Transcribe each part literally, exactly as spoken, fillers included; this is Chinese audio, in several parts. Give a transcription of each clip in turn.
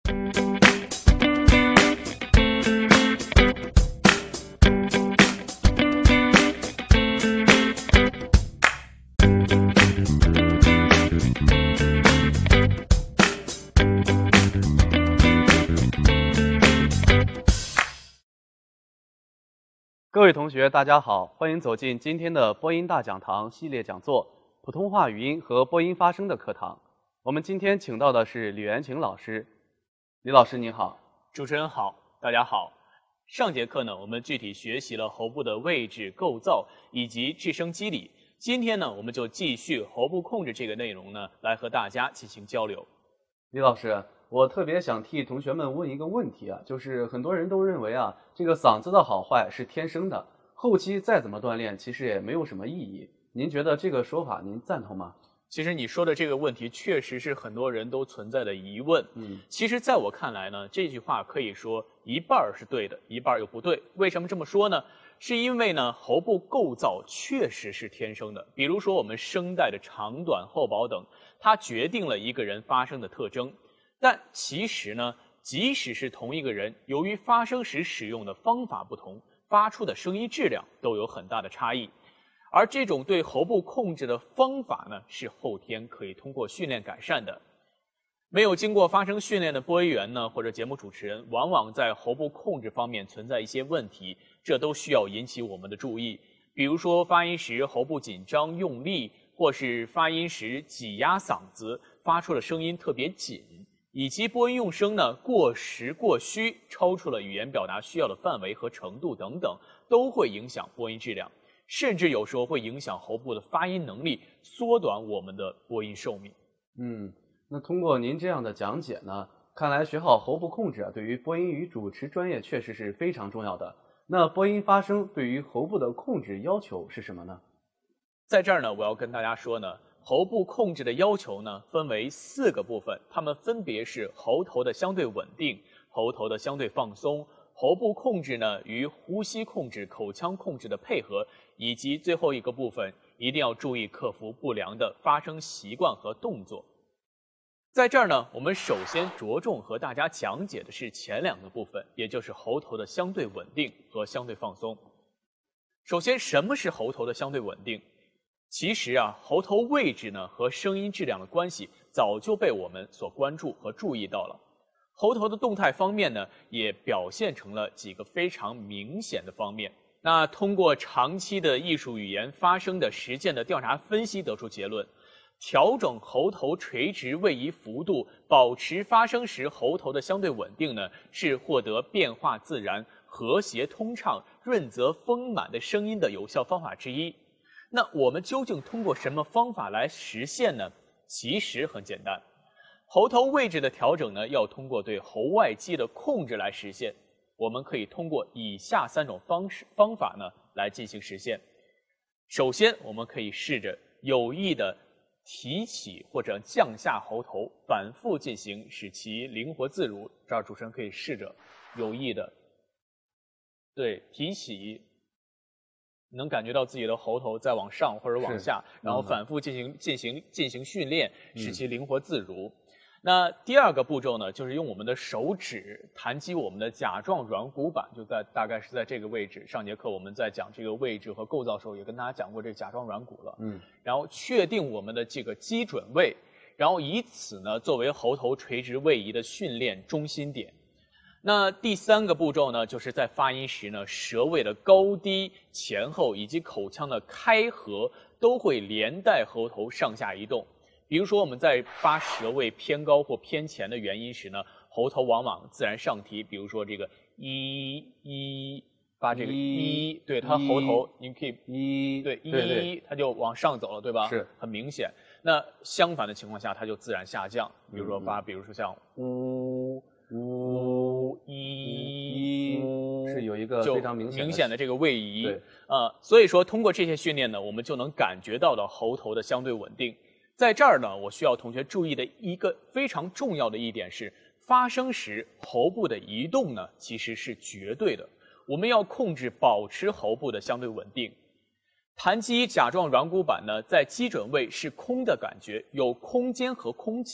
各位同学，大家好，欢迎走进今天的播音大讲堂系列讲座——普通话语音和播音发声的课堂。我们今天请到的是李元晴老师。李老师您好。 主持人好，大家好。上节课呢，我们具体学习了喉部的位置、构造以及制声机理。今天呢，我们就继续喉部控制这个内容呢，来和大家进行交流。 李老师，我特别想替同学们问一个问题啊，就是很多人都认为啊，这个嗓子的好坏是天生的，后期再怎么锻炼，其实也没有什么意义。您觉得这个说法您赞同吗？ 其实你说的这个问题，确实是很多人都存在的疑问。 嗯， 其实在我看来呢，这句话可以说一半是对的，一半又不对。为什么这么说呢？是因为呢，喉部构造确实是天生的。比如说我们声带的长短、厚薄等，它决定了一个人发声的特征。但其实呢，即使是同一个人，由于发声时使用的方法不同，发出的声音质量都有很大的差异。而这种对喉部控制的方法呢，是后天可以通过训练改善的。没有经过发声训练的播音员呢，或者节目主持人，往往在喉部控制方面存在一些问题，这都需要引起我们的注意。比如说发音时喉部紧张用力，或是发音时挤压嗓子，发出的声音特别紧，以及播音用声呢过实过虚，超出了语言表达需要的范围和程度等等，都会影响播音质量，甚至有时候会影响喉部的发音能力，缩短我们的播音寿命。 嗯，那通过您这样的讲解呢，看来学好喉部控制啊，对于播音与主持专业确实是非常重要的。那播音发声对于喉部的控制要求是什么呢？ 在这儿呢，我要跟大家说呢，喉部控制的要求呢，分为四个部分，它们分别是喉头的相对稳定、喉头的相对放松、喉部控制呢与呼吸控制、口腔控制的配合，以及最后一个部分，一定要注意克服不良的发声习惯和动作。在这儿呢，我们首先着重和大家讲解的是前两个部分，也就是喉头的相对稳定和相对放松。首先，什么是喉头的相对稳定？其实啊，喉头位置呢和声音质量的关系早就被我们所关注和注意到了。喉头的动态方面呢，也表现成了几个非常明显的方面。那通过长期的艺术语言发声的实践的调查分析得出结论，调整喉头垂直位移幅度，保持发声时喉头的相对稳定呢，是获得变化自然、和谐通畅、润泽丰满的声音的有效方法之一。那我们究竟通过什么方法来实现呢？其实很简单，喉头位置的调整呢，要通过对喉外肌的控制来实现。我们可以通过以下三种方式方法呢来进行实现。首先，我们可以试着有意的提起或者降下喉头，反复进行，使其灵活自如。这儿主持人可以试着有意的对提起。能感觉到自己的喉头在往上或者往下，然后反复进行进行进行训练，使其灵活自如。嗯、那第二个步骤呢，就是用我们的手指弹击我们的甲状软骨板，就在大概是在这个位置。上节课我们在讲这个位置和构造的时候，也跟大家讲过这个甲状软骨了。嗯，然后确定我们的这个基准位，然后以此呢作为喉头垂直位移的训练中心点。那第三个步骤呢，就是在发音时呢，舌位的高低、前后以及口腔的开合都会连带喉头上下移动。比如说我们在发舌位偏高或偏前的元音时呢，喉头往往自然上提。比如说这个一一发这个一，对它喉头你可以一对一，它就往上走了，对吧？ 是很明显。那相反的情况下，它就自然下降。比如说发，比如说像呜。呜一是有一个非常明显的明显的这个位移， 对， 呃，所以说通过这些训练呢，我们就能感觉到的喉头的相对稳定。在这儿呢，我需要同学注意的一个非常重要的一点是，发声时喉部的移动呢其实是绝对的，我们要控制保持喉部的相对稳定。弹击甲状软骨板呢，在基准位是空的感觉，有空间和空气。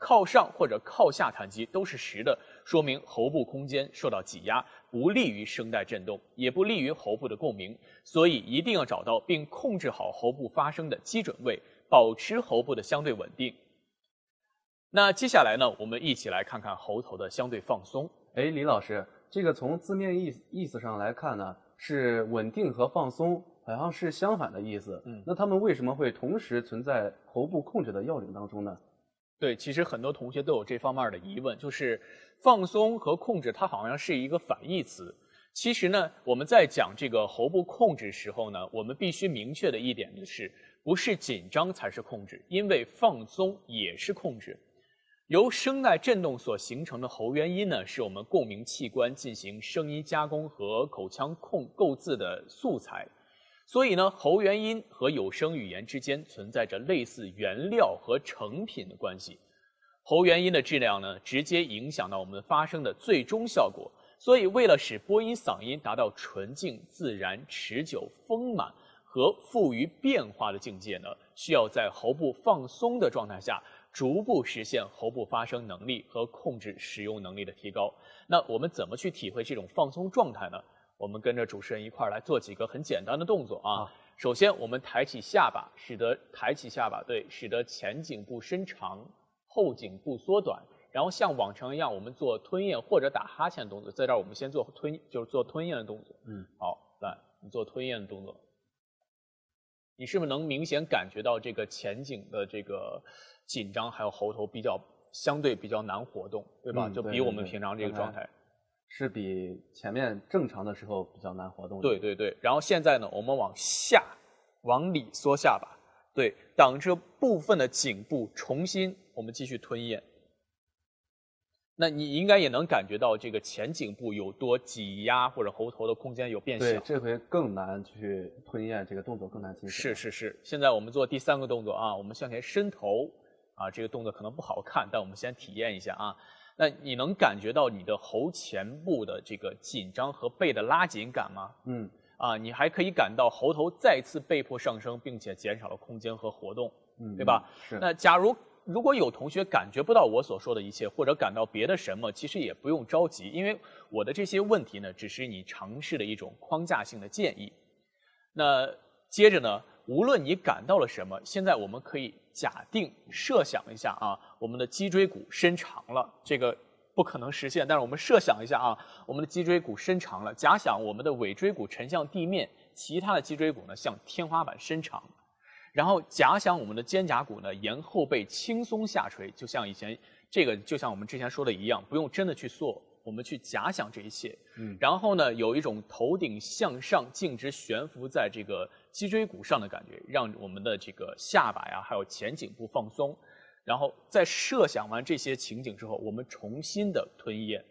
靠上或者靠下弹击都是实的，说明喉部空间受到挤压，不利于声带振动，也不利于喉部的共鸣。所以一定要找到并控制好喉部发声的基准位，保持喉部的相对稳定。那接下来呢，我们一起来看看喉头的相对放松。 哎，李老师，这个从字面意意思上来看呢，是稳定和放松好像是相反的意思。嗯，那他们为什么会同时存在喉部控制的要领当中呢？ 对，其实很多同学都有这方面的疑问，就是放松和控制它好像是一个反义词。其实呢，我们在讲这个喉部控制时候呢，我们必须明确的一点的是，不是紧张才是控制，因为放松也是控制。由声带振动所形成的喉元音呢，是我们共鸣器官进行声音加工和口腔控构字的素材。所以呢，喉元音和有声语言之间存在着类似原料和成品的关系。喉元音的质量呢，直接影响到我们发声的最终效果。所以，为了使播音嗓音达到纯净、自然、持久、丰满和富于变化的境界呢，需要在喉部放松的状态下，逐步实现喉部发声能力和控制使用能力的提高。那我们怎么去体会这种放松状态呢？我们跟着主持人一块儿来做几个很简单的动作啊。啊首先，我们抬起下巴，使得抬起下巴，对，使得前颈部伸长，后颈部缩短。然后像往常一样，我们做吞咽或者打哈欠的动作。在这儿，我们先做吞，就是做吞咽的动作。嗯，好，来，你做吞咽的动作。你是不是能明显感觉到这个前颈的这个紧张，还有喉头比较相对比较难活动，对吧？ 嗯、 就比我们平常这个状态。 是比前面正常的时候比较难活动的。 对对对，然后现在呢，我们往下往里缩下巴，对，挡着部分的颈部，重新我们继续吞咽。那你应该也能感觉到这个前颈部有多挤压，或者喉头的空间有变小。 对，这回更难去吞咽，这个动作更难进行。 是是是，现在我们做第三个动作啊，我们向前伸头啊，这个动作可能不好看，但我们先体验一下啊。那你能感觉到你的喉前部的这个紧张和背的拉紧感吗？嗯，啊，你还可以感到喉头再次被迫上升，并且减少了空间和活动，嗯，对吧？ 是。 那假如如果有同学感觉不到我所说的一切，或者感到别的什么，其实也不用着急，因为我的这些问题呢，只是你尝试的一种框架性的建议。那接着呢，无论你感到了什么，现在我们可以假定设想一下啊，我们的脊椎骨伸长了，这个不可能实现，但是我们设想一下啊，我们的脊椎骨伸长了，假想我们的尾椎骨沉向地面，其他的脊椎骨呢向天花板伸长，然后假想我们的肩胛骨呢沿后背轻松下垂，就像以前这个就像我们之前说的一样，不用真的去做，我们去假想这一切，嗯，然后呢有一种头顶向上径直悬浮在这个脊椎骨上的感觉，让我们的这个下巴呀还有前颈部放松，然后在设想完这些情景之后，我们重新的吞咽，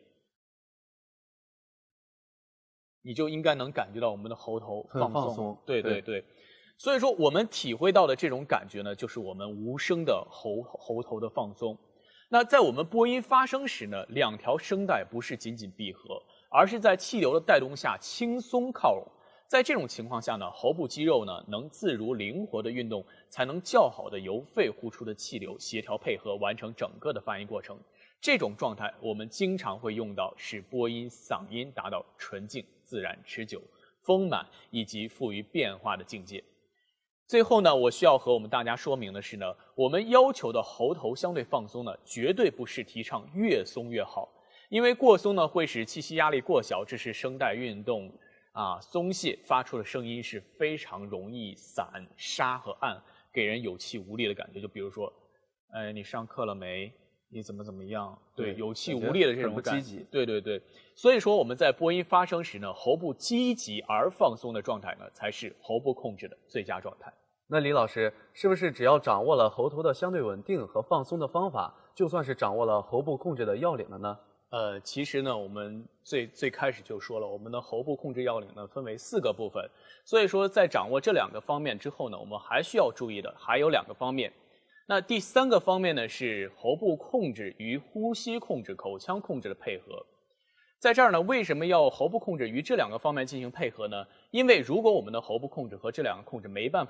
你就应该能感觉到我们的喉头放松， 放松对对 对, 对。所以说我们体会到的这种感觉呢，就是我们无声的喉喉头的放松。那在我们播音发声时呢，两条声带不是紧紧闭合，而是在气流的带动下轻松靠拢。在这种情况下呢，喉部肌肉呢能自如灵活的运动，才能较好的由肺呼出的气流协调配合，完成整个的发音过程。这种状态我们经常会用到，使播音嗓音达到纯净、自然、持久、丰满以及富于变化的境界。最后呢，我需要和我们大家说明的是呢，我们要求的喉头相对放松呢，绝对不是提倡越松越好，因为过松呢会使气息压力过小，致使声带运动啊松懈，发出的声音是非常容易散、沙和暗，给人有气无力的感觉。就比如说，哎，你上课了没？你怎么怎么样？对，有气无力的这种感觉。 不积极。 对对对。所以说我们在播音发声时呢，喉部积极而放松的状态呢，才是喉部控制的最佳状态。 那李老师，是不是只要掌握了喉头的相对稳定和放松的方法，就算是掌握了喉部控制的要领了呢？ 呃，其实呢，我们最最开始就说了，我们的喉部控制要领呢分为四个部分。所以说，在掌握这两个方面之后呢，我们还需要注意的还有两个方面。那第三个方面呢，是喉部控制与呼吸控制、口腔控制的配合。在这儿呢，为什么要喉部控制与这两个方面进行配合呢？因为如果我们的喉部控制和这两个控制没办法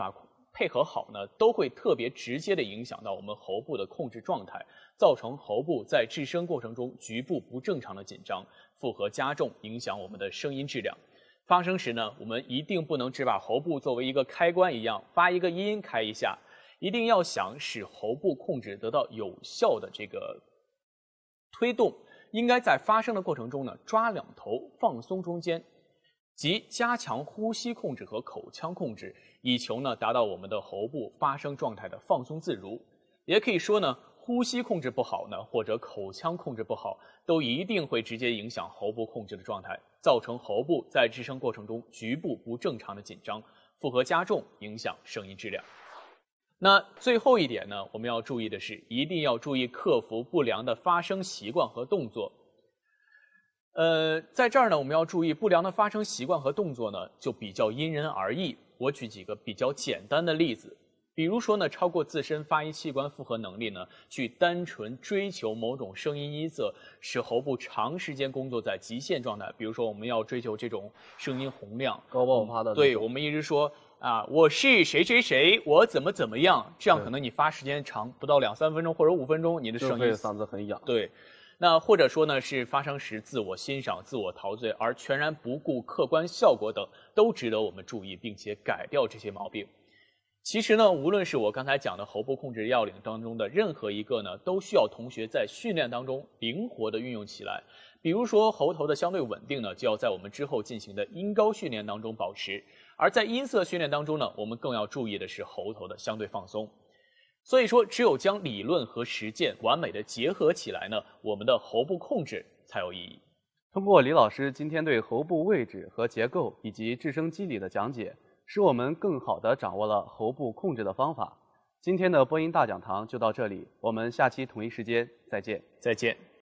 配合好呢，都会特别直接的影响到我们喉部的控制状态，造成喉部在制声过程中局部不正常的紧张，负荷加重，影响我们的声音质量。发声时呢，我们一定不能只把喉部作为一个开关一样，发一个音开一下，一定要想使喉部控制得到有效的这个推动，应该在发声的过程中呢，抓两头放松中间，即加强呼吸控制和口腔控制，以求呢达到我们的喉部发声状态的放松自如。也可以说呢，呼吸控制不好呢，或者口腔控制不好，都一定会直接影响喉部控制的状态，造成喉部在制声过程中局部不正常的紧张，负荷加重，影响声音质量。那最后一点呢，我们要注意的是，一定要注意克服不良的发声习惯和动作。呃，在这儿呢，我们要注意不良的发声习惯和动作呢，就比较因人而异。我举几个比较简单的例子，比如说呢，超过自身发音器官负荷能力呢，去单纯追求某种声音音色，使喉部长时间工作在极限状态。比如说，我们要追求这种声音洪亮、 高爆发的、嗯。 对，我们一直说啊，我是谁谁谁，我怎么怎么样，这样可能你发时间长，不到两三分钟或者五分钟，你的声音嗓子很痒。 对。那或者说呢，是发声时自我欣赏、自我陶醉，而全然不顾客观效果等，都值得我们注意，并且改掉这些毛病。其实呢，无论是我刚才讲的喉部控制要领当中的任何一个呢，都需要同学在训练当中灵活的运用起来。比如说喉头的相对稳定呢，就要在我们之后进行的音高训练当中保持；而在音色训练当中呢，我们更要注意的是喉头的相对放松。所以说，只有将理论和实践完美的结合起来呢，我们的喉部控制才有意义。 通过李老师今天对喉部位置和结构以及制声机理的讲解，使我们更好地掌握了喉部控制的方法。今天的播音大讲堂就到这里，我们下期同一时间再见。 再见。